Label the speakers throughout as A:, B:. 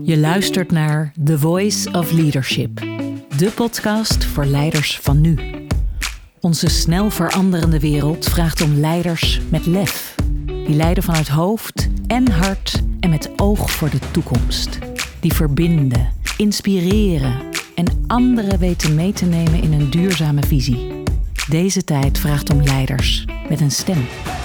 A: Je luistert naar The Voice of Leadership, de podcast voor leiders van nu. Onze snel veranderende wereld vraagt om leiders met lef. Die leiden vanuit hoofd en hart en met oog voor de toekomst. Die verbinden, inspireren en anderen weten mee te nemen in een duurzame visie. Deze tijd vraagt om leiders met een stem.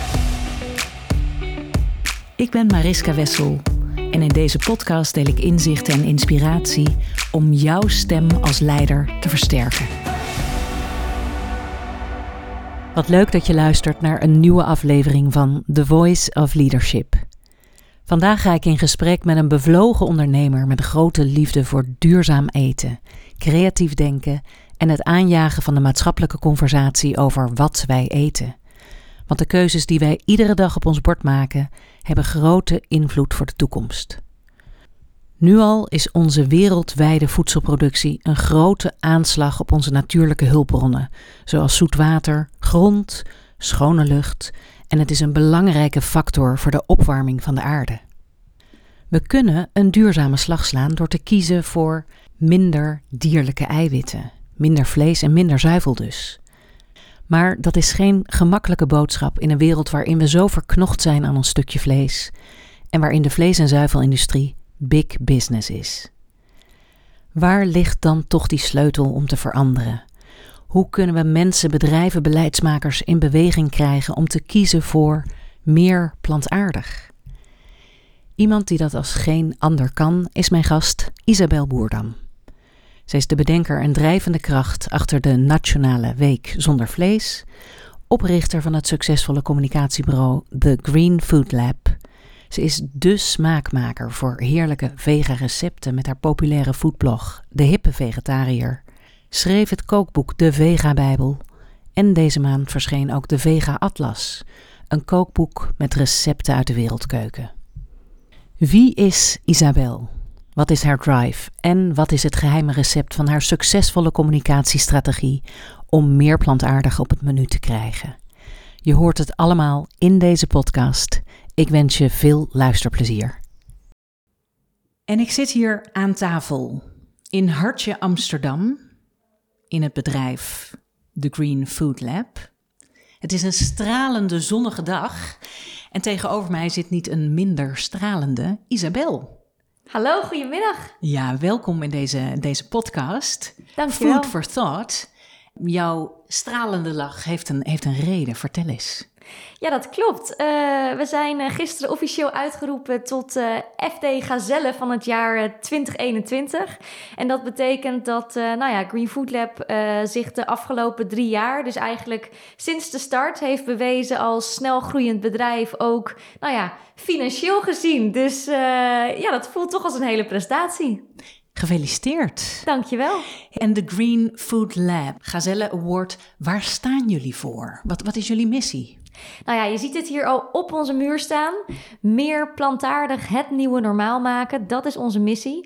A: Ik ben Mariska Wessel en in deze podcast deel ik inzichten en inspiratie om jouw stem als leider te versterken. Wat leuk dat je luistert naar een nieuwe aflevering van The Voice of Leadership. Vandaag ga ik in gesprek met een bevlogen ondernemer met een grote liefde voor duurzaam eten, creatief denken en het aanjagen van de maatschappelijke conversatie over wat wij eten. Want de keuzes die wij iedere dag op ons bord maken, hebben grote invloed voor de toekomst. Nu al is onze wereldwijde voedselproductie een grote aanslag op onze natuurlijke hulpbronnen, zoals zoet water, grond, schone lucht, en het is een belangrijke factor voor de opwarming van de aarde. We kunnen een duurzame slag slaan door te kiezen voor minder dierlijke eiwitten, minder vlees en minder zuivel dus. Maar dat is geen gemakkelijke boodschap in een wereld waarin we zo verknocht zijn aan ons stukje vlees en waarin de vlees- en zuivelindustrie big business is. Waar ligt dan toch die sleutel om te veranderen? Hoe kunnen we mensen, bedrijven, beleidsmakers in beweging krijgen om te kiezen voor meer plantaardig? Iemand die dat als geen ander kan, is mijn gast Isabel Boerdam. Zij is de bedenker en drijvende kracht achter de Nationale Week Zonder Vlees, oprichter van het succesvolle communicatiebureau The Green Food Lab. Ze is dé smaakmaker voor heerlijke vega-recepten met haar populaire foodblog De Hippe Vegetariër, schreef het kookboek De Vega-bijbel en deze maand verscheen ook De Vega-atlas, een kookboek met recepten uit de wereldkeuken. Wie is Isabel? Wat is haar drive en wat is het geheime recept van haar succesvolle communicatiestrategie om meer plantaardig op het menu te krijgen? Je hoort het allemaal in deze podcast. Ik wens je veel luisterplezier. En ik zit hier aan tafel in Hartje Amsterdam in het bedrijf The Green Food Lab. Het is een stralende zonnige dag en tegenover mij zit niet een minder stralende Isabel.
B: Hallo, goedemiddag.
A: Ja, welkom in deze podcast.
B: Dankjewel.
A: Food for Thought. Jouw stralende lach heeft een reden. Vertel eens.
B: Ja, dat klopt. We zijn gisteren officieel uitgeroepen tot FD Gazelle van het jaar 2021. En dat betekent dat Green Food Lab zich de afgelopen 3 jaar, dus eigenlijk sinds de start, heeft bewezen als snel groeiend bedrijf ook, financieel gezien. Dus dat voelt toch als een hele prestatie.
A: Gefeliciteerd.
B: Dankjewel.
A: En de Green Food Lab, Gazelle Award, waar staan jullie voor? Wat is jullie missie?
B: Je ziet het hier al op onze muur staan. Meer plantaardig het nieuwe normaal maken. Dat is onze missie.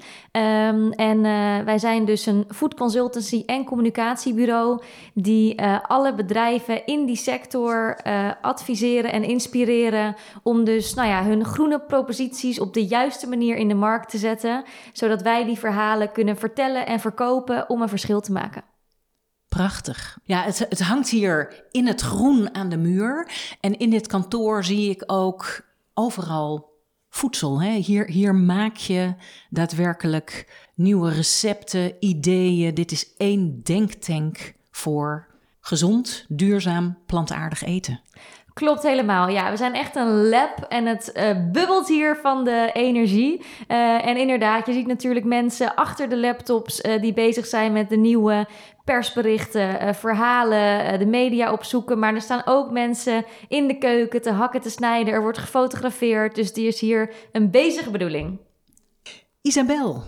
B: Wij zijn dus een food consultancy en communicatiebureau die alle bedrijven in die sector adviseren en inspireren om dus hun groene proposities op de juiste manier in de markt te zetten, zodat wij die verhalen kunnen vertellen en verkopen om een verschil te maken.
A: Prachtig. Ja, het hangt hier in het groen aan de muur. En in dit kantoor zie ik ook overal voedsel. Hè? Hier maak je daadwerkelijk nieuwe recepten, ideeën. Dit is 1 denktank voor gezond, duurzaam, plantaardig eten.
B: Klopt helemaal. Ja, we zijn echt een lab en het bubbelt hier van de energie. En inderdaad, je ziet natuurlijk mensen achter de laptops die bezig zijn met de nieuwe persberichten, verhalen, de media opzoeken. Maar er staan ook mensen in de keuken te hakken, te snijden. Er wordt gefotografeerd, dus die is hier een bezige bedoeling.
A: Isabel,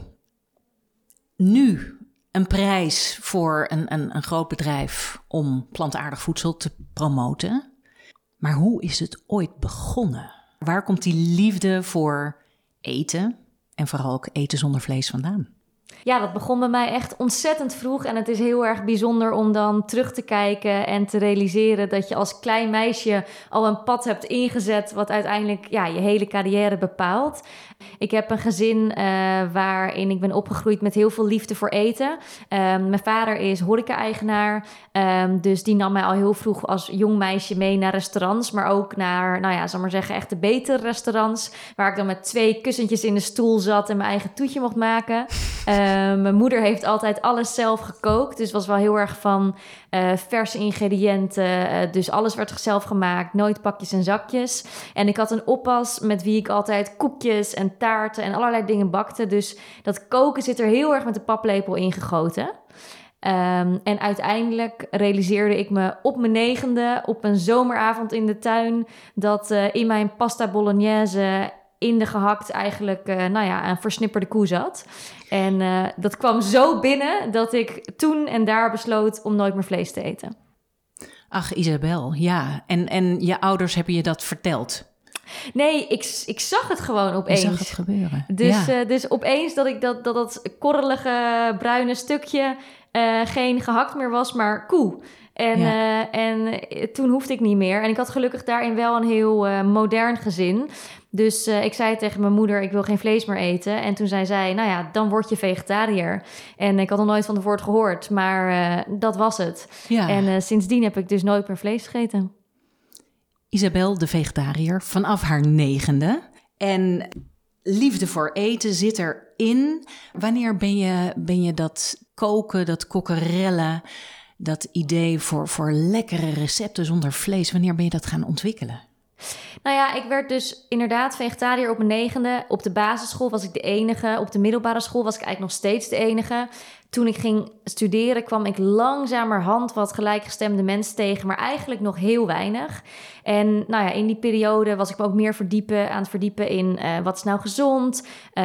A: nu een prijs voor een groot bedrijf om plantaardig voedsel te promoten. Maar hoe is het ooit begonnen? Waar komt die liefde voor eten en vooral ook eten zonder vlees vandaan?
B: Ja, dat begon bij mij echt ontzettend vroeg. En het is heel erg bijzonder om dan terug te kijken en te realiseren dat je als klein meisje al een pad hebt ingezet wat uiteindelijk je hele carrière bepaalt. Ik heb een gezin waarin ik ben opgegroeid met heel veel liefde voor eten. Mijn vader is horeca-eigenaar, dus die nam mij al heel vroeg als jong meisje mee naar restaurants, maar ook naar, zal maar zeggen, echt de betere restaurants, waar ik dan met 2 kussentjes in de stoel zat en mijn eigen toetje mocht maken. Mijn moeder heeft altijd alles zelf gekookt, dus was wel heel erg van verse ingrediënten. Dus alles werd zelf gemaakt, nooit pakjes en zakjes. En ik had een oppas met wie ik altijd koekjes en taarten en allerlei dingen bakte. Dus dat koken zit er heel erg met de paplepel ingegoten. En uiteindelijk realiseerde ik me op mijn 9e, op een zomeravond in de tuin, dat in mijn pasta bolognese in de gehakt eigenlijk een versnipperde koe zat. En dat kwam zo binnen dat ik toen en daar besloot om nooit meer vlees te eten.
A: Ach, Isabel, ja. En je ouders hebben je dat verteld?
B: Nee, ik zag het gewoon opeens.
A: Je zag het gebeuren.
B: Dus opeens dat ik dat korrelige bruine stukje geen gehakt meer was, maar koe. En toen hoefde ik niet meer. En ik had gelukkig daarin wel een heel modern gezin. Dus ik zei tegen mijn moeder, ik wil geen vlees meer eten. En toen zei zij, dan word je vegetariër. En ik had nog nooit van het woord gehoord, maar dat was het. Ja. En sindsdien heb ik dus nooit meer vlees gegeten.
A: Isabel, de vegetariër, vanaf haar 9e. En liefde voor eten zit erin. Wanneer ben je dat koken, dat kokkerellen, dat idee voor lekkere recepten zonder vlees, wanneer ben je dat gaan ontwikkelen?
B: Ik werd dus inderdaad vegetariër op mijn 9e. Op de basisschool was ik de enige. Op de middelbare school was ik eigenlijk nog steeds de enige. Toen ik ging studeren kwam ik langzamerhand wat gelijkgestemde mensen tegen, maar eigenlijk nog heel weinig. En in die periode was ik me ook meer aan het verdiepen in wat is nou gezond?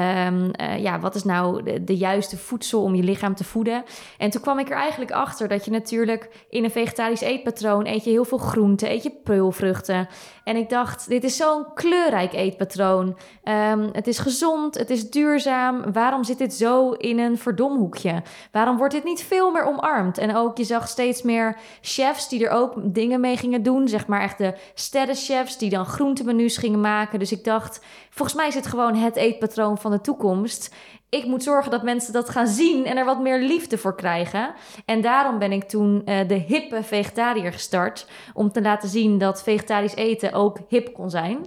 B: Wat is nou de juiste voedsel om je lichaam te voeden? En toen kwam ik er eigenlijk achter dat je natuurlijk in een vegetarisch eetpatroon eet je heel veel groenten, eet je peulvruchten. En ik dacht, dit is zo'n kleurrijk eetpatroon. Het is gezond, het is duurzaam. Waarom zit dit zo in een verdomhoekje? Waarom wordt dit niet veel meer omarmd? En ook, je zag steeds meer chefs die er ook dingen mee gingen doen. Zeg maar echt de sterrenchefs die dan groentemenu's gingen maken. Dus ik dacht, volgens mij is het gewoon het eetpatroon van de toekomst. Ik moet zorgen dat mensen dat gaan zien en er wat meer liefde voor krijgen. En daarom ben ik toen de hippe vegetariër gestart. Om te laten zien dat vegetarisch eten ook hip kon zijn.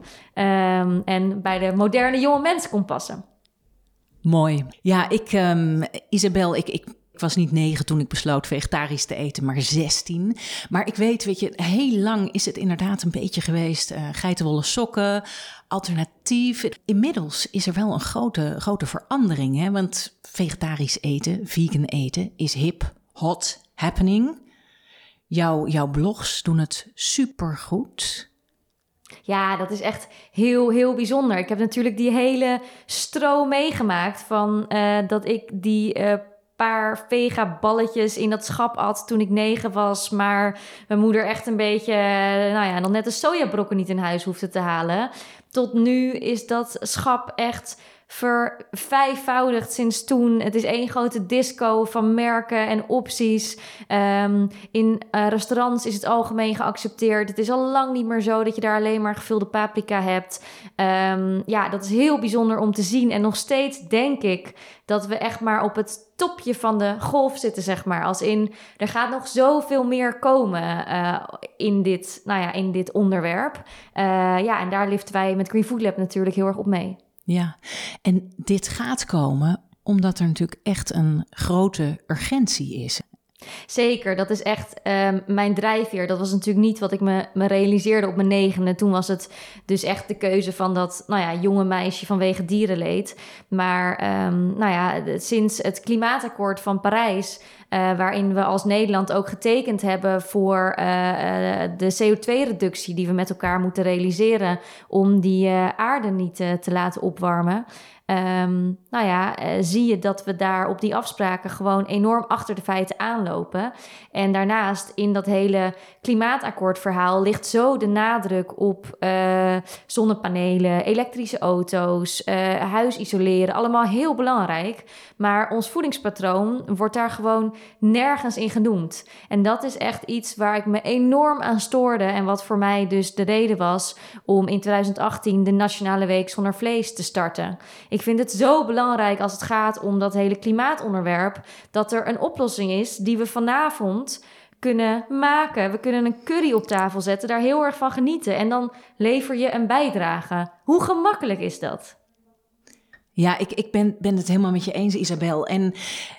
B: En bij de moderne jonge mens kon passen.
A: Mooi. Ja, Isabel, ik was niet 9 toen ik besloot vegetarisch te eten, maar 16. Maar ik weet je, heel lang is het inderdaad een beetje geweest. Geitenwolle sokken, alternatief. Inmiddels is er wel een grote verandering. Hè? Want vegetarisch eten, vegan eten, is hip, hot, happening. Jouw blogs doen het supergoed.
B: Ja, dat is echt heel, heel bijzonder. Ik heb natuurlijk die hele stroom meegemaakt van dat ik die paar vega-balletjes in dat schap at toen ik 9 was. Maar mijn moeder echt een beetje, nog net de sojabrokken niet in huis hoefde te halen. Tot nu is dat schap echt vervijfvoudigd sinds toen. Het is één grote disco van merken en opties. In restaurants is het algemeen geaccepteerd. Het is al lang niet meer zo dat je daar alleen maar gevulde paprika hebt. Dat is heel bijzonder om te zien. En nog steeds denk ik dat we echt maar op het topje van de golf zitten, zeg maar. Als in, er gaat nog zoveel meer komen in dit onderwerp. En daar liften wij met Green Food Lab natuurlijk heel erg op mee.
A: Ja, en dit gaat komen omdat er natuurlijk echt een grote urgentie is.
B: Zeker, dat is echt mijn drijfveer. Dat was natuurlijk niet wat ik me realiseerde op mijn 9e. Toen was het dus echt de keuze van dat jonge meisje vanwege dierenleed. Maar sinds het klimaatakkoord van Parijs, waarin we als Nederland ook getekend hebben voor de CO2-reductie die we met elkaar moeten realiseren om die aarde niet te laten opwarmen. zie je dat we daar op die afspraken gewoon enorm achter de feiten aanlopen. En daarnaast in dat hele klimaatakkoordverhaal ligt zo de nadruk op zonnepanelen, elektrische auto's, huis isoleren, allemaal heel belangrijk. Maar ons voedingspatroon wordt daar gewoon nergens in genoemd. En dat is echt iets waar ik me enorm aan stoorde en wat voor mij dus de reden was om in 2018 de Nationale Week Zonder Vlees te starten. Ik vind het zo belangrijk als het gaat om dat hele klimaatonderwerp, dat er een oplossing is die we vanavond kunnen maken. We kunnen een curry op tafel zetten, daar heel erg van genieten en dan lever je een bijdrage. Hoe gemakkelijk is dat?
C: Ja, ik ben het helemaal met je eens, Isabel. En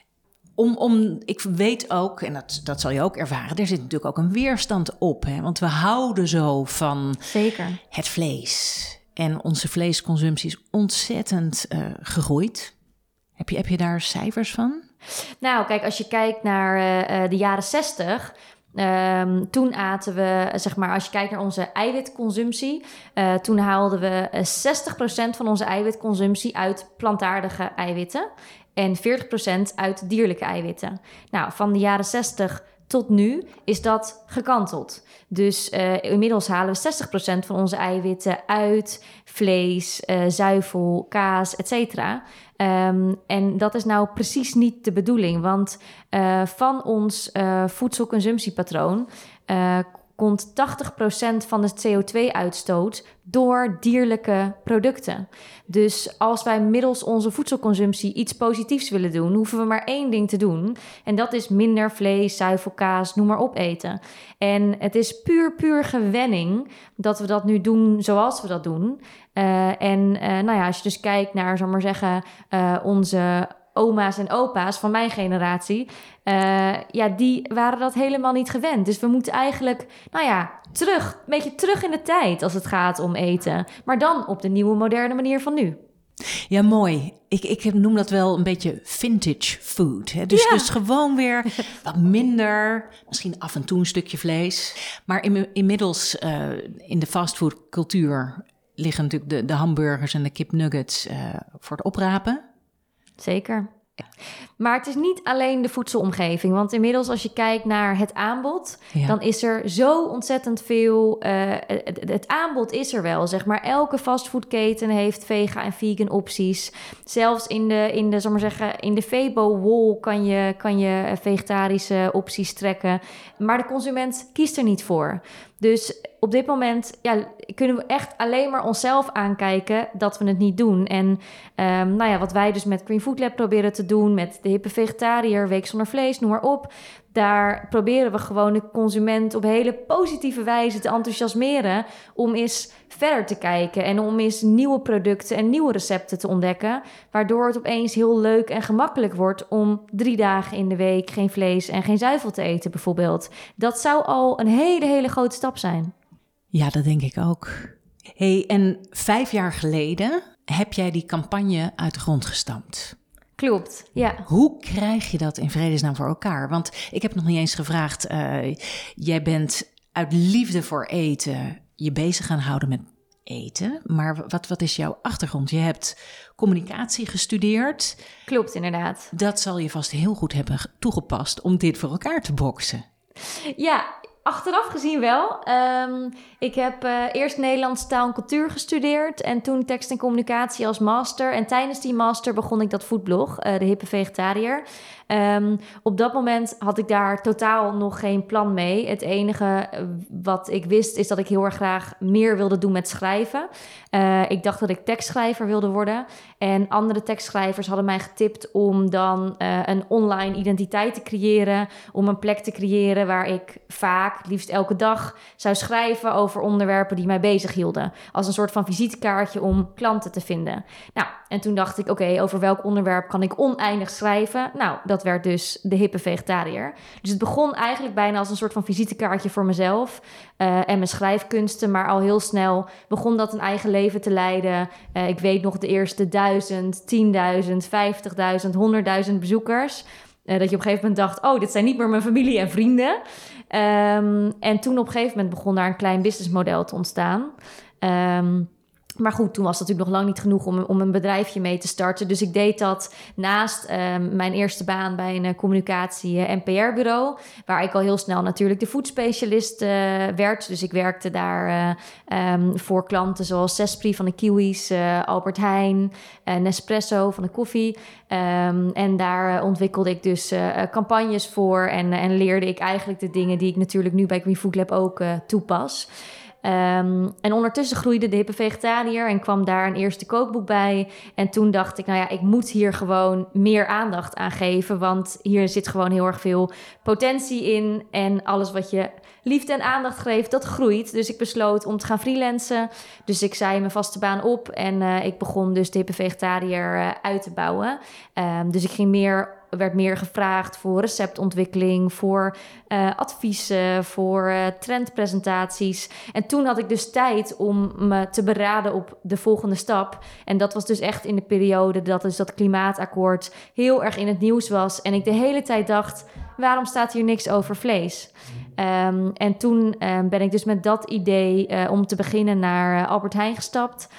C: ik weet ook, en dat zal je ook ervaren, er zit natuurlijk ook een weerstand op. Hè? Want we houden zo van
B: Zeker.
C: Het vlees. En onze vleesconsumptie is ontzettend gegroeid. Heb je daar cijfers van?
B: Nou, kijk, als je kijkt naar de jaren 60... toen aten we, zeg maar, als je kijkt naar onze eiwitconsumptie, toen haalden we 60% van onze eiwitconsumptie uit plantaardige eiwitten en 40% uit dierlijke eiwitten. Nou, van de jaren 60 tot nu is dat gekanteld. Dus inmiddels halen we 60% van onze eiwitten uit vlees, zuivel, kaas, etc. En dat is nou precies niet de bedoeling. Want van ons voedselconsumptiepatroon komt 80% van de CO2-uitstoot door dierlijke producten. Dus als wij middels onze voedselconsumptie iets positiefs willen doen, hoeven we maar één ding te doen. En dat is minder vlees, zuivel, kaas, noem maar op eten. En het is puur gewenning dat we dat nu doen zoals we dat doen. Als je dus kijkt naar, zal maar zeggen, onze oma's en opa's van mijn generatie, die waren dat helemaal niet gewend. Dus we moeten eigenlijk, een beetje terug in de tijd als het gaat om eten. Maar dan op de nieuwe, moderne manier van nu.
C: Ja, mooi. Ik noem dat wel een beetje vintage food. Hè? Dus gewoon weer wat minder, misschien af en toe een stukje vlees. Maar inmiddels in de fastfoodcultuur liggen natuurlijk de hamburgers en de kipnuggets voor het oprapen.
B: Zeker. Maar het is niet alleen de voedselomgeving. Want inmiddels als je kijkt naar het aanbod, dan is er zo ontzettend veel. Het aanbod is er wel, zeg maar. Elke fastfoodketen heeft vega en vegan opties. Zelfs in de Febo-wol kan je vegetarische opties trekken. Maar de consument kiest er niet voor. Dus op dit moment kunnen we echt alleen maar onszelf aankijken dat we het niet doen. En wat wij dus met Green Food Lab proberen te doen, met de hippe vegetariër, Week Zonder Vlees, noem maar op. Daar proberen we gewoon de consument op hele positieve wijze te enthousiasmeren om eens verder te kijken en om eens nieuwe producten en nieuwe recepten te ontdekken, waardoor het opeens heel leuk en gemakkelijk wordt om 3 dagen in de week geen vlees en geen zuivel te eten bijvoorbeeld. Dat zou al een hele grote stap zijn.
C: Ja, dat denk ik ook. Hey, en 5 jaar geleden heb jij die campagne uit de grond gestampt.
B: Klopt, ja.
C: Hoe krijg je dat in vredesnaam voor elkaar? Want ik heb nog niet eens gevraagd, jij bent uit liefde voor eten je bezig gaan houden met eten. Maar wat is jouw achtergrond? Je hebt communicatie gestudeerd.
B: Klopt, inderdaad.
C: Dat zal je vast heel goed hebben toegepast om dit voor elkaar te boksen.
B: Ja, achteraf gezien wel. Ik heb eerst Nederlands taal en cultuur gestudeerd en toen tekst en communicatie als master. En tijdens die master begon ik dat foodblog, de hippe vegetariër. Op dat moment had ik daar totaal nog geen plan mee. Het enige wat ik wist is dat ik heel erg graag meer wilde doen met schrijven. Ik dacht dat ik tekstschrijver wilde worden. En andere tekstschrijvers hadden mij getipt om dan een online identiteit te creëren. Om een plek te creëren waar ik vaak, liefst elke dag, zou schrijven over onderwerpen die mij bezighielden. Als een soort van visitekaartje om klanten te vinden. Nou, en toen dacht ik, oké, over welk onderwerp kan ik oneindig schrijven? Nou, dat werd dus de hippe vegetariër. Dus het begon eigenlijk bijna als een soort van visitekaartje voor mezelf en mijn schrijfkunsten. Maar al heel snel begon dat een eigen leven te leiden. Ik weet nog de eerste 1000, 10.000, 50.000, 100.000 bezoekers. Dat je op een gegeven moment dacht, oh, dit zijn niet meer mijn familie en vrienden. En toen op een gegeven moment begon daar een klein businessmodel te ontstaan. Maar goed, toen was het natuurlijk nog lang niet genoeg om een bedrijfje mee te starten. Dus ik deed dat naast mijn eerste baan bij een communicatie- en PR-bureau. Waar ik al heel snel natuurlijk de foodspecialist werd. Dus ik werkte daar voor klanten zoals Zespri van de Kiwis, Albert Heijn, Nespresso van de koffie. En daar ontwikkelde ik dus campagnes voor en leerde ik eigenlijk de dingen die ik natuurlijk nu bij Green Food Lab ook toepas. En ondertussen groeide de hippe vegetariër en kwam daar een eerste kookboek bij. En toen dacht ik, nou ja, ik moet hier gewoon meer aandacht aan geven. Want hier zit gewoon heel erg veel potentie in. En alles wat je liefde en aandacht geeft, dat groeit. Dus ik besloot om te gaan freelancen. Dus ik zei mijn vaste baan op en ik begon dus de hippe vegetariër uit te bouwen. Dus ik werd meer gevraagd voor receptontwikkeling, voor adviezen, voor trendpresentaties. En toen had ik dus tijd om me te beraden op de volgende stap. En dat was dus echt in de periode dat klimaatakkoord heel erg in het nieuws was. En ik de hele tijd dacht, waarom staat hier niks over vlees? En toen ben ik dus met dat idee om te beginnen naar Albert Heijn gestapt.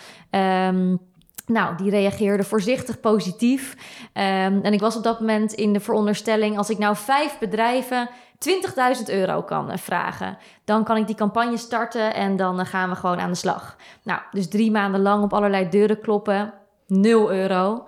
B: Nou, die reageerde voorzichtig positief. En ik was op dat moment in de veronderstelling, als ik nou 5 bedrijven €20.000 kan vragen, dan kan ik die campagne starten en dan gaan we gewoon aan de slag. Nou, dus 3 maanden lang op allerlei deuren kloppen. €0.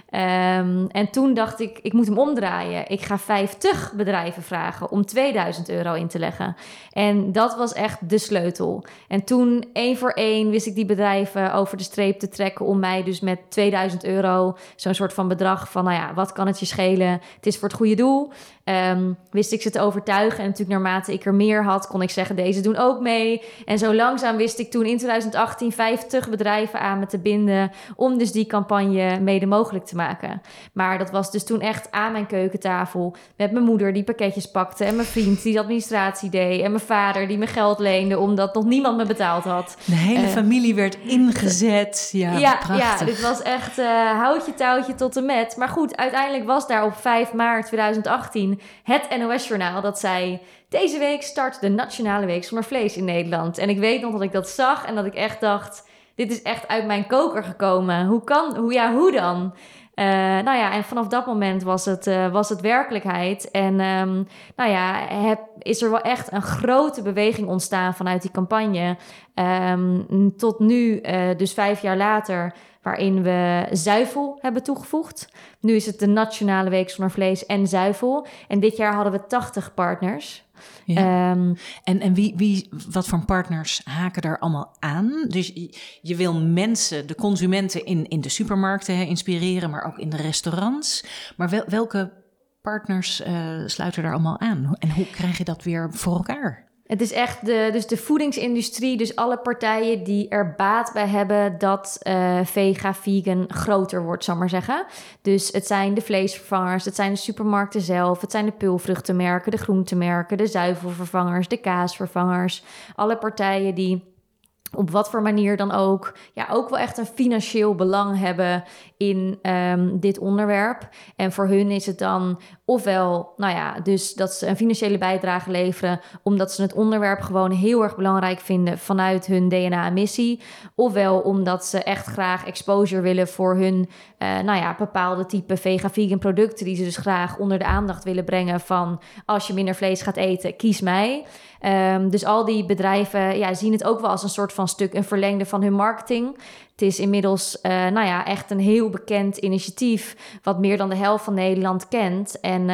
B: En toen dacht ik moet hem omdraaien. Ik ga 50 bedrijven vragen om €2.000 in te leggen. En dat was echt de sleutel. En toen 1 voor 1 wist ik die bedrijven over de streep te trekken om mij dus met €2.000, zo'n soort van bedrag van, nou ja, wat kan het je schelen? Het is voor het goede doel. Wist ik ze te overtuigen. En natuurlijk naarmate ik er meer had, kon ik zeggen, deze doen ook mee. En zo langzaam wist ik toen in 2018 50 bedrijven aan me te binden om dus die campagne mede mogelijk te maken. Maar dat was dus toen echt aan mijn keukentafel met mijn moeder die pakketjes pakte en mijn vriend die de administratie deed en mijn vader die me geld leende omdat nog niemand me betaald had.
C: De hele familie werd ingezet. Ja, prachtig.
B: Ja, dit was echt houtje touwtje tot en met. Maar goed, uiteindelijk was daar op 5 maart 2018 het NOS-journaal dat zei, deze week start de Nationale Week zonder vlees in Nederland. En ik weet nog dat ik dat zag en dat ik echt dacht, dit is echt uit mijn koker gekomen. Hoe dan? Nou ja, en vanaf dat moment was het werkelijkheid. En is er wel echt een grote beweging ontstaan vanuit die campagne. Tot nu, dus 5 jaar later, waarin we zuivel hebben toegevoegd. Nu is het de Nationale Week zonder vlees en zuivel. En dit jaar hadden we 80 partners.
C: Ja. En wat voor partners haken daar allemaal aan? Dus je wil mensen, de consumenten in de supermarkten inspireren, maar ook in de restaurants. Maar welke partners sluiten daar allemaal aan? En hoe krijg je dat weer voor elkaar?
B: Het is echt de voedingsindustrie, dus alle partijen die er baat bij hebben dat vegan groter wordt, zal ik maar zeggen. Dus het zijn de vleesvervangers, het zijn de supermarkten zelf, het zijn de peulvruchtenmerken, de groentemerken, de zuivelvervangers, de kaasvervangers. Alle partijen die op wat voor manier dan ook, ja, ook wel echt een financieel belang hebben in dit onderwerp. En voor hun is het dan ofwel, nou ja, dus dat ze een financiële bijdrage leveren, omdat ze het onderwerp gewoon heel erg belangrijk vinden vanuit hun DNA-missie. Ofwel omdat ze echt graag exposure willen voor hun, bepaalde type vegan producten die ze dus graag onder de aandacht willen brengen van, als je minder vlees gaat eten, kies mij. Dus al die bedrijven zien het ook wel als een soort van stuk, een verlengde van hun marketing. Het is inmiddels echt een heel bekend initiatief wat meer dan de helft van Nederland kent. En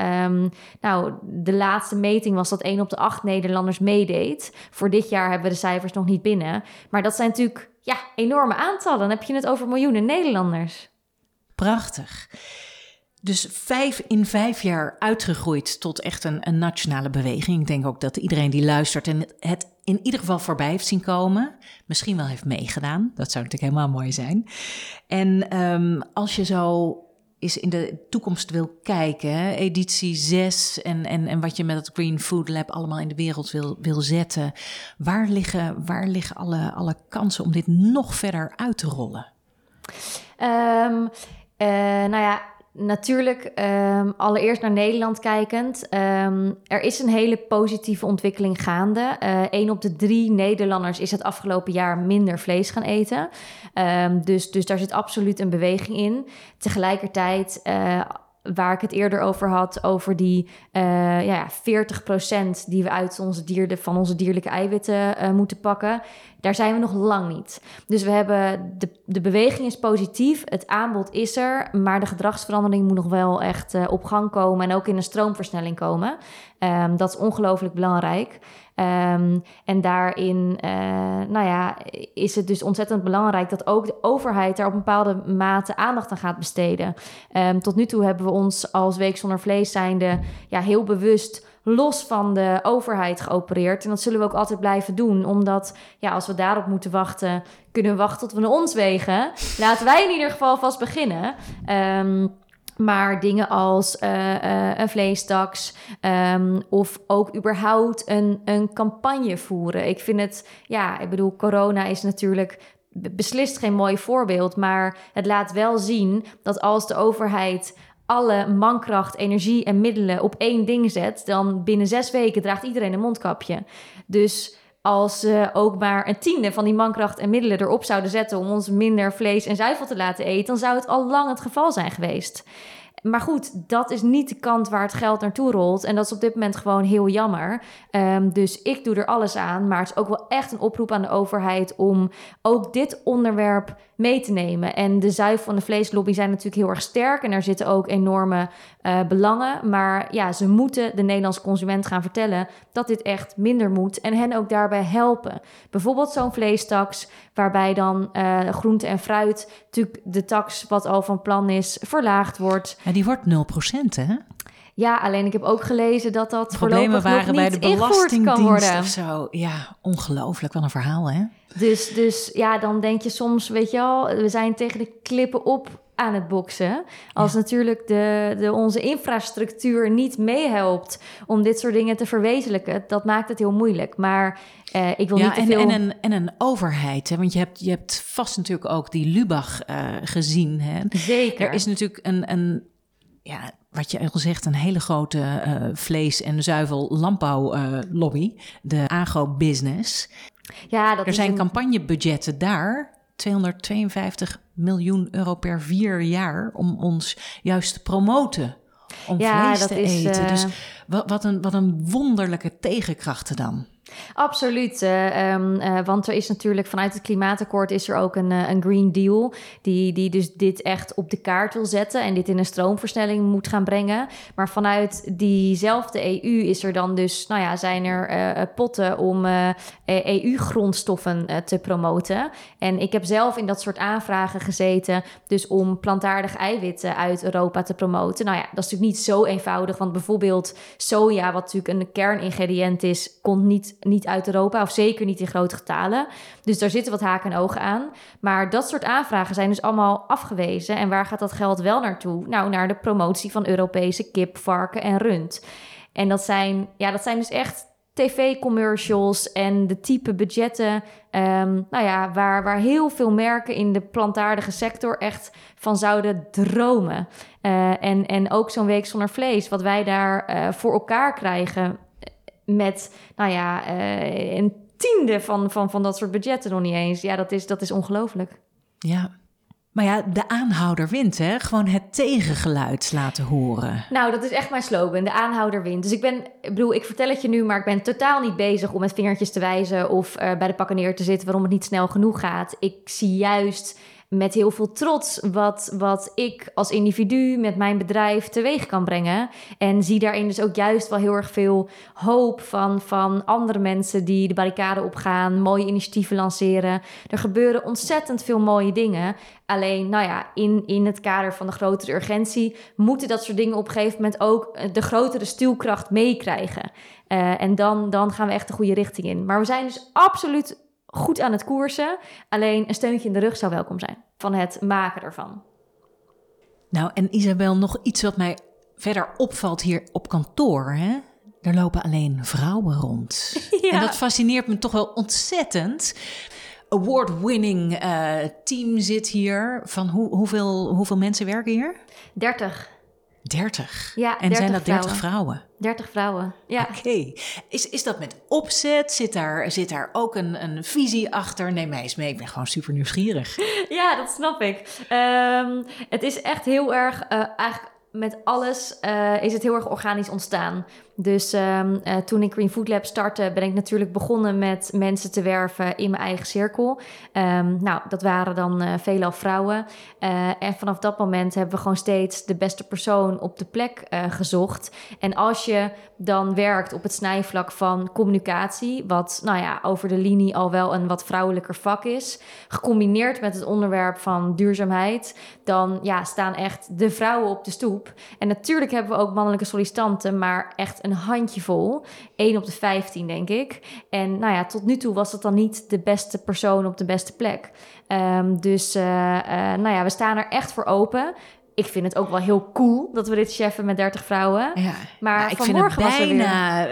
B: de laatste meting was dat 1 op de 8 Nederlanders meedeed. Voor dit jaar hebben we de cijfers nog niet binnen. Maar dat zijn natuurlijk enorme aantallen. Dan heb je het over miljoenen Nederlanders.
C: Prachtig. Dus 5 jaar uitgegroeid tot echt een nationale beweging. Ik denk ook dat iedereen die luistert en het in ieder geval voorbij heeft zien komen, misschien wel heeft meegedaan. Dat zou natuurlijk helemaal mooi zijn. En als je zo eens in de toekomst wil kijken, editie 6 en wat je met het Green Food Lab allemaal in de wereld wil zetten, waar liggen alle kansen om dit nog verder uit te rollen?
B: natuurlijk, allereerst naar Nederland kijkend. Er is een hele positieve ontwikkeling gaande. 1 op de 3 Nederlanders is het afgelopen jaar minder vlees gaan eten. Dus daar zit absoluut een beweging in. Tegelijkertijd, waar ik het eerder over had, over die 40% die we uit van onze dierlijke eiwitten moeten pakken. Daar zijn we nog lang niet. Dus we hebben de beweging is positief, het aanbod is er, maar de gedragsverandering moet nog wel echt op gang komen en ook in een stroomversnelling komen. Dat is ongelooflijk belangrijk. En daarin is het dus ontzettend belangrijk dat ook de overheid daar op een bepaalde mate aandacht aan gaat besteden. Tot nu toe hebben we ons als Week Zonder Vlees zijnde heel bewust los van de overheid geopereerd. En dat zullen we ook altijd blijven doen. Omdat als we daarop moeten wachten, kunnen we wachten tot we naar ons wegen. Laten wij in ieder geval vast beginnen. Maar dingen als een vleestaks of ook überhaupt een campagne voeren. Ik vind het, corona is natuurlijk beslist geen mooi voorbeeld. Maar het laat wel zien dat als de overheid alle mankracht, energie en middelen op één ding zet, dan binnen 6 weken draagt iedereen een mondkapje. Dus als ze ook maar een tiende van die mankracht en middelen erop zouden zetten om ons minder vlees en zuivel te laten eten, dan zou het al lang het geval zijn geweest. Maar goed, dat is niet de kant waar het geld naartoe rolt. En dat is op dit moment gewoon heel jammer. Dus ik doe er alles aan. Maar het is ook wel echt een oproep aan de overheid om ook dit onderwerp mee te nemen. En de zuivel- en de vleeslobby zijn natuurlijk heel erg sterk. En daar zitten ook enorme belangen. Maar ze moeten de Nederlandse consument gaan vertellen dat dit echt minder moet. En hen ook daarbij helpen. Bijvoorbeeld zo'n vleestaks, waarbij dan groente en fruit, natuurlijk de taks wat al van plan is, verlaagd wordt.
C: Ja, die wordt 0%, hè?
B: Ja, alleen ik heb ook gelezen dat
C: problemen
B: voorlopig nog
C: bij
B: niet
C: de
B: ingevoerd kan worden.
C: Of zo. Ja, ongelooflijk. Wat een verhaal, hè?
B: Dus dan denk je soms, weet je wel, we zijn tegen de klippen op aan het boksen. Als natuurlijk onze infrastructuur niet meehelpt om dit soort dingen te verwezenlijken, dat maakt het heel moeilijk. Maar ik wil niet te veel...
C: En een overheid, hè? Want je hebt vast natuurlijk ook die Lubach gezien, hè?
B: Zeker.
C: Er is natuurlijk wat je al zegt, een hele grote vlees- en zuivel-landbouwlobby, de agro-business.
B: Ja,
C: er zijn campagnebudgetten daar, 252 miljoen euro per 4 jaar, om ons juist te promoten om vlees te eten. Dus wat een wonderlijke tegenkrachten dan.
B: Absoluut, want er is natuurlijk vanuit het klimaatakkoord is er ook een Green Deal die dus dit echt op de kaart wil zetten en dit in een stroomversnelling moet gaan brengen. Maar vanuit diezelfde EU is er dan dus, zijn er potten om EU-grondstoffen te promoten. En ik heb zelf in dat soort aanvragen gezeten, dus om plantaardige eiwitten uit Europa te promoten. Dat is natuurlijk niet zo eenvoudig, want bijvoorbeeld soja, wat natuurlijk een kerningrediënt is, komt niet uit Europa, of zeker niet in grote getalen. Dus daar zitten wat haken en ogen aan. Maar dat soort aanvragen zijn dus allemaal afgewezen. En waar gaat dat geld wel naartoe? Nou, naar de promotie van Europese kip, varken en rund. En dat zijn dus echt tv-commercials en de type budgetten, waar heel veel merken in de plantaardige sector echt van zouden dromen. En ook zo'n Week Zonder Vlees, wat wij daar voor elkaar krijgen met, een tiende van dat soort budgetten nog niet eens. Ja, dat is ongelooflijk.
C: Ja, maar de aanhouder wint, hè? Gewoon het tegengeluid laten horen.
B: Nou, dat is echt mijn slogan, de aanhouder wint. Dus ik vertel het je nu, maar ik ben totaal niet bezig om met vingertjes te wijzen of bij de pakken neer te zitten waarom het niet snel genoeg gaat. Ik zie juist met heel veel trots wat ik als individu met mijn bedrijf teweeg kan brengen. En zie daarin dus ook juist wel heel erg veel hoop van andere mensen die de barricade opgaan, mooie initiatieven lanceren. Er gebeuren ontzettend veel mooie dingen. Alleen, in het kader van de grotere urgentie moeten dat soort dingen op een gegeven moment ook de grotere stuwkracht meekrijgen. En dan gaan we echt de goede richting in. Maar we zijn dus absoluut goed aan het koersen. Alleen een steuntje in de rug zou welkom zijn van het maken ervan.
C: Nou, en Isabel, nog iets wat mij verder opvalt hier op kantoor, hè? Er lopen alleen vrouwen rond. Ja. En dat fascineert me toch wel ontzettend. Award-winning team zit hier. Van hoeveel mensen werken hier?
B: 30.
C: 30?
B: Ja,
C: en
B: 30
C: zijn dat 30 vrouwen?
B: 30 vrouwen, ja.
C: Oké. Is dat met opzet? Zit daar ook een visie achter? Neem mij eens mee, ik ben gewoon super nieuwsgierig.
B: Ja, dat snap ik. Het is echt heel erg, eigenlijk met alles is het heel erg organisch ontstaan. Dus toen ik Green Food Lab startte, ben ik natuurlijk begonnen met mensen te werven in mijn eigen cirkel. Dat waren dan veelal vrouwen. En vanaf dat moment hebben we gewoon steeds de beste persoon op de plek gezocht. En als je dan werkt op het snijvlak van communicatie, wat over de linie al wel een wat vrouwelijker vak is, gecombineerd met het onderwerp van duurzaamheid, dan staan echt de vrouwen op de stoep. En natuurlijk hebben we ook mannelijke sollicitanten, maar echt een handjevol. 1 op de 15, denk ik. En tot nu toe was het dan niet de beste persoon op de beste plek. We staan er echt voor open. Ik vind het ook wel heel cool dat we dit cheffen met 30 vrouwen.
C: Ja,
B: maar
C: ik vind het
B: was er
C: bijna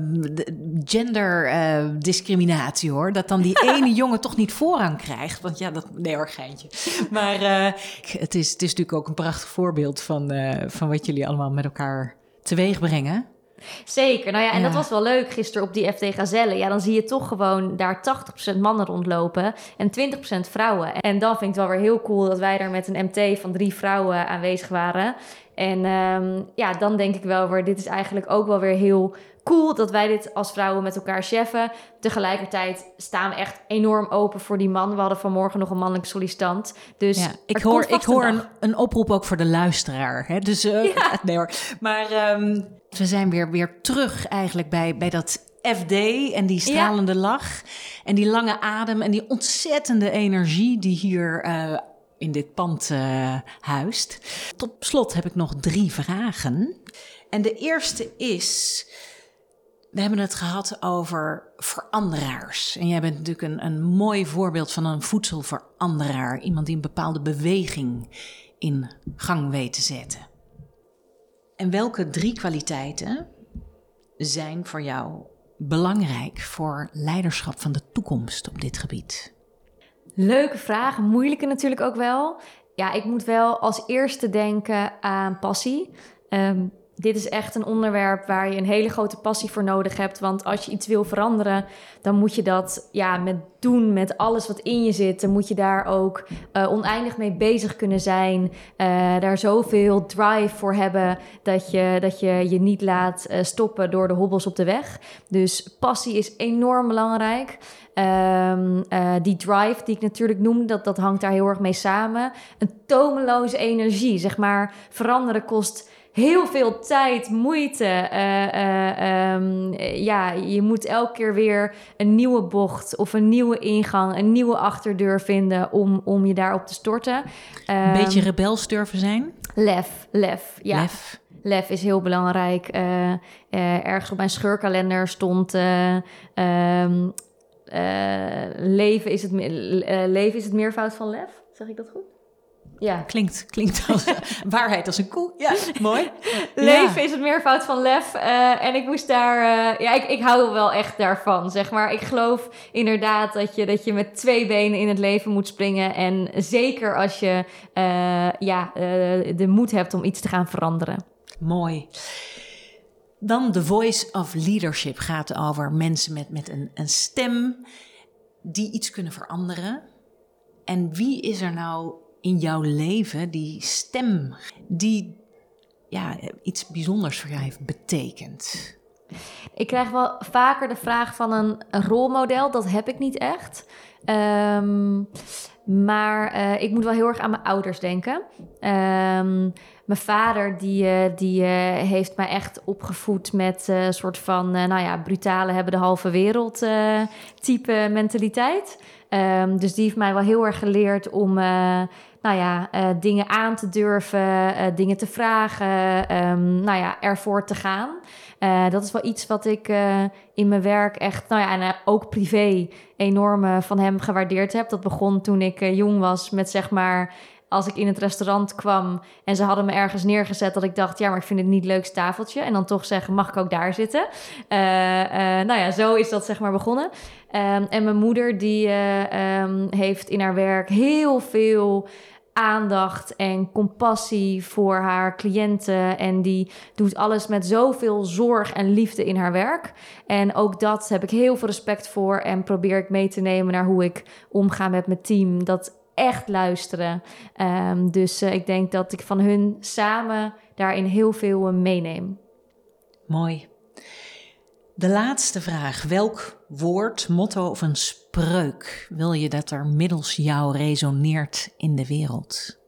C: genderdiscriminatie, hoor. Dat dan die ene jongen toch niet voorrang krijgt. Want nee hoor, geintje. Maar het is natuurlijk ook een prachtig voorbeeld van wat jullie allemaal met elkaar teweeg brengen.
B: Zeker. En dat was wel leuk gisteren op die FD Gazelle. Ja, dan zie je toch gewoon daar 80% mannen rondlopen en 20% vrouwen. En dan vind ik het wel weer heel cool dat wij daar met een MT van 3 vrouwen aanwezig waren. En dan denk ik wel weer, dit is eigenlijk ook wel weer heel cool dat wij dit als vrouwen met elkaar cheffen. Tegelijkertijd staan we echt enorm open voor die man. We hadden vanmorgen nog een mannelijke sollicitant. Dus
C: ik hoor een oproep ook voor de luisteraar. Hè? Dus nee hoor. Maar we zijn weer terug eigenlijk bij dat FD en die stralende lach. En die lange adem en die ontzettende energie die hier in dit pand huist. Tot slot heb ik nog 3 vragen. En de eerste is, we hebben het gehad over veranderaars. En jij bent natuurlijk een mooi voorbeeld van een voedselveranderaar. Iemand die een bepaalde beweging in gang weet te zetten. En welke 3 kwaliteiten zijn voor jou belangrijk voor leiderschap van de toekomst op dit gebied?
B: Leuke vraag, moeilijke natuurlijk ook wel. Ja, ik moet wel als eerste denken aan passie. Dit is echt een onderwerp waar je een hele grote passie voor nodig hebt. Want als je iets wil veranderen, dan moet je dat met alles wat in je zit. Dan moet je daar ook oneindig mee bezig kunnen zijn. Daar zoveel drive voor hebben dat je niet laat stoppen door de hobbels op de weg. Dus passie is enorm belangrijk. Die drive die ik natuurlijk noemde, dat hangt daar heel erg mee samen. Een tomeloze energie, zeg maar. Veranderen kost heel veel tijd, moeite. Je moet elke keer weer een nieuwe bocht of een nieuwe ingang, een nieuwe achterdeur vinden om je daarop te storten.
C: Een beetje rebels durven zijn?
B: Lef. Ja.
C: Lef
B: is heel belangrijk. Ergens op mijn scheurkalender stond leven is het meervoud van lef. Zeg ik dat goed? Ja.
C: Klinkt als waarheid als een koe. Ja, mooi.
B: Leven is het meervoud van lef. En ik moest daar... ik hou wel echt daarvan, zeg maar. Ik geloof inderdaad dat je met 2 benen in het leven moet springen. En zeker als je de moed hebt om iets te gaan veranderen.
C: Mooi. Dan The Voice of Leadership gaat over mensen met een stem die iets kunnen veranderen. En wie is er nou in jouw leven die stem die iets bijzonders voor jou heeft betekend?
B: Ik krijg wel vaker de vraag van een rolmodel. Dat heb ik niet echt. Maar ik moet wel heel erg aan mijn ouders denken. Mijn vader die heeft mij echt opgevoed met een soort van brutale hebben de halve wereld type mentaliteit. Dus die heeft mij wel heel erg geleerd om dingen aan te durven, dingen te vragen, ervoor te gaan. Dat is wel iets wat ik in mijn werk echt, en ook privé enorm van hem gewaardeerd heb. Dat begon toen ik jong was met zeg maar, als ik in het restaurant kwam en ze hadden me ergens neergezet dat ik dacht, maar ik vind het niet het leukste tafeltje. En dan toch zeggen, mag ik ook daar zitten? Zo is dat zeg maar begonnen. En mijn moeder die heeft in haar werk heel veel aandacht en compassie voor haar cliënten. En die doet alles met zoveel zorg en liefde in haar werk. En ook dat heb ik heel veel respect voor en probeer ik mee te nemen naar hoe ik omga met mijn team. Dat echt luisteren. Dus ik denk dat ik van hun samen daarin heel veel meeneem.
C: Mooi. De laatste vraag. Welk woord, motto of een spreuk wil je dat er middels jou resoneert in de wereld?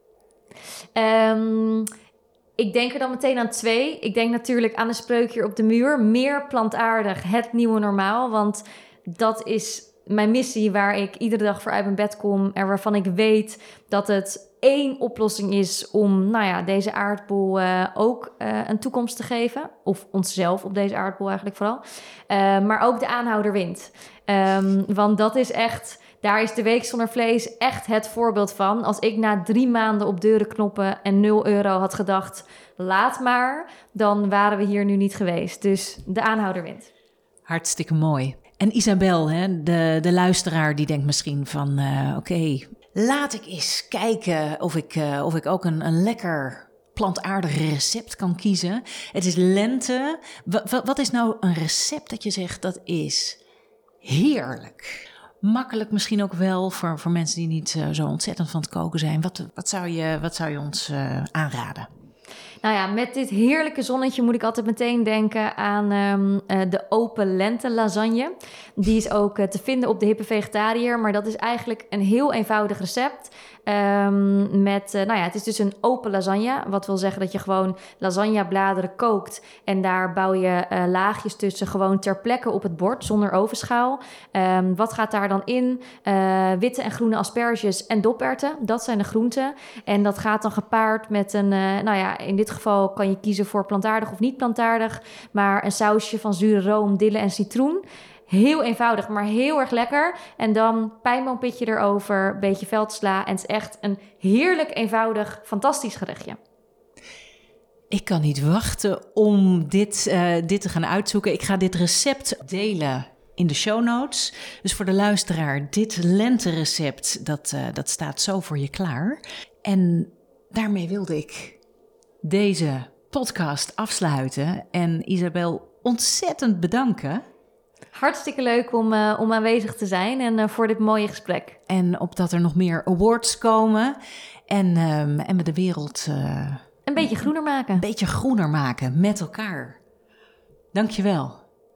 B: Ik denk er dan meteen aan 2. Ik denk natuurlijk aan een spreuk hier op de muur. Meer plantaardig, het nieuwe normaal. Want dat is mijn missie waar ik iedere dag voor uit mijn bed kom. En waarvan ik weet dat het 1 oplossing is om deze aardbol ook een toekomst te geven. Of onszelf op deze aardbol eigenlijk vooral. Maar ook de aanhouderwind. Want dat is echt... Daar is de Week Zonder Vlees echt het voorbeeld van. Als ik na 3 maanden op deuren kloppen en €0 had gedacht... laat maar, dan waren we hier nu niet geweest. Dus de aanhouder wint.
C: Hartstikke mooi. En Isabel, hè, de luisteraar, die denkt misschien van... Oké, laat ik eens kijken of ik ook een lekker plantaardig recept kan kiezen. Het is lente. Wat is nou een recept dat je zegt dat is heerlijk? Makkelijk misschien ook wel voor mensen die niet zo ontzettend van het koken zijn. Wat zou je ons aanraden?
B: Nou ja, met dit heerlijke zonnetje moet ik altijd meteen denken aan de open lente lasagne. Die is ook te vinden op de Hippe Vegetariër, maar dat is eigenlijk een heel eenvoudig recept. Het is dus een open lasagne. Wat wil zeggen dat je gewoon lasagnebladeren kookt. En daar bouw je laagjes tussen gewoon ter plekke op het bord zonder ovenschaal. Wat gaat daar dan in? Witte en groene asperges en doperwten. Dat zijn de groenten. En dat gaat dan gepaard met een... in dit geval kan je kiezen voor plantaardig of niet plantaardig. Maar een sausje van zure room, dille en citroen. Heel eenvoudig, maar heel erg lekker. En dan pijnboompitje erover, een beetje veldsla. En het is echt een heerlijk, eenvoudig, fantastisch gerechtje.
C: Ik kan niet wachten om dit te gaan uitzoeken. Ik ga dit recept delen in de show notes. Dus voor de luisteraar, dit lenterecept, dat staat zo voor je klaar. En daarmee wilde ik deze podcast afsluiten. En Isabel ontzettend bedanken.
B: Hartstikke leuk om aanwezig te zijn en voor dit mooie gesprek.
C: En opdat er nog meer awards komen en we de wereld...
B: een beetje groener maken.
C: Een beetje groener maken met elkaar. Dankjewel.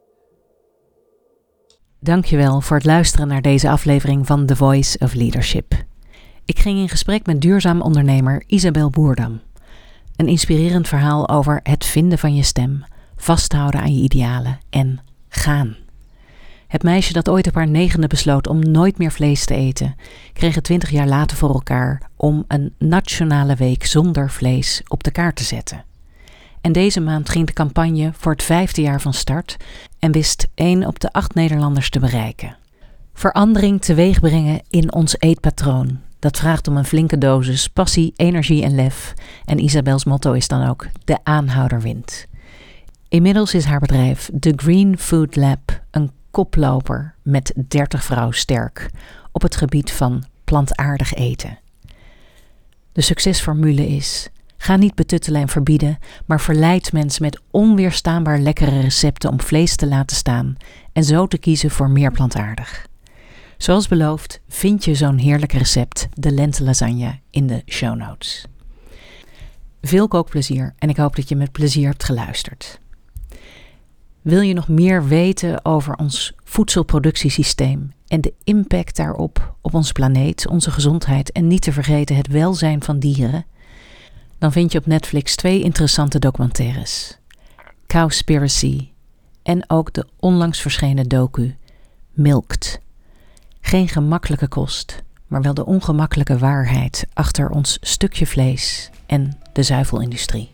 C: Dankjewel voor het luisteren naar deze aflevering van The Voice of Leadership. Ik ging in gesprek met duurzaam ondernemer Isabel Boerdam. Een inspirerend verhaal over het vinden van je stem, vasthouden aan je idealen en gaan. Het meisje dat ooit op haar 9e besloot om nooit meer vlees te eten, kreeg het 20 jaar later voor elkaar om een nationale week zonder vlees op de kaart te zetten. En deze maand ging de campagne voor het 5e jaar van start en wist 1 op de 8 Nederlanders te bereiken. Verandering teweeg brengen in ons eetpatroon. Dat vraagt om een flinke dosis passie, energie en lef. En Isabels motto is dan ook de aanhouder wint. Inmiddels is haar bedrijf The Green Food Lab een koploper met 30 vrouwen sterk op het gebied van plantaardig eten. De succesformule is: ga niet betuttelen en verbieden, maar verleid mensen met onweerstaanbaar lekkere recepten om vlees te laten staan en zo te kiezen voor meer plantaardig. Zoals beloofd vind je zo'n heerlijk recept, de lentelasagne, in de show notes. Veel kookplezier en ik hoop dat je met plezier hebt geluisterd. Wil je nog meer weten over ons voedselproductiesysteem en de impact daarop op onze planeet, onze gezondheid en niet te vergeten het welzijn van dieren? Dan vind je op Netflix 2 interessante documentaires. Cowspiracy en ook de onlangs verschenen docu Milked. Geen gemakkelijke kost, maar wel de ongemakkelijke waarheid achter ons stukje vlees en de zuivelindustrie.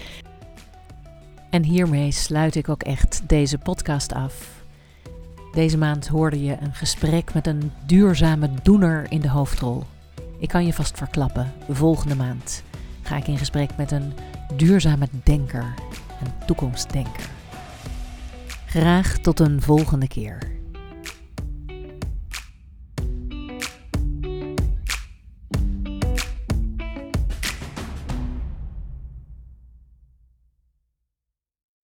C: En hiermee sluit ik ook echt deze podcast af. Deze maand hoorde je een gesprek met een duurzame doener in de hoofdrol. Ik kan je vast verklappen, volgende maand ga ik in gesprek met een duurzame denker, een toekomstdenker. Graag tot een volgende keer.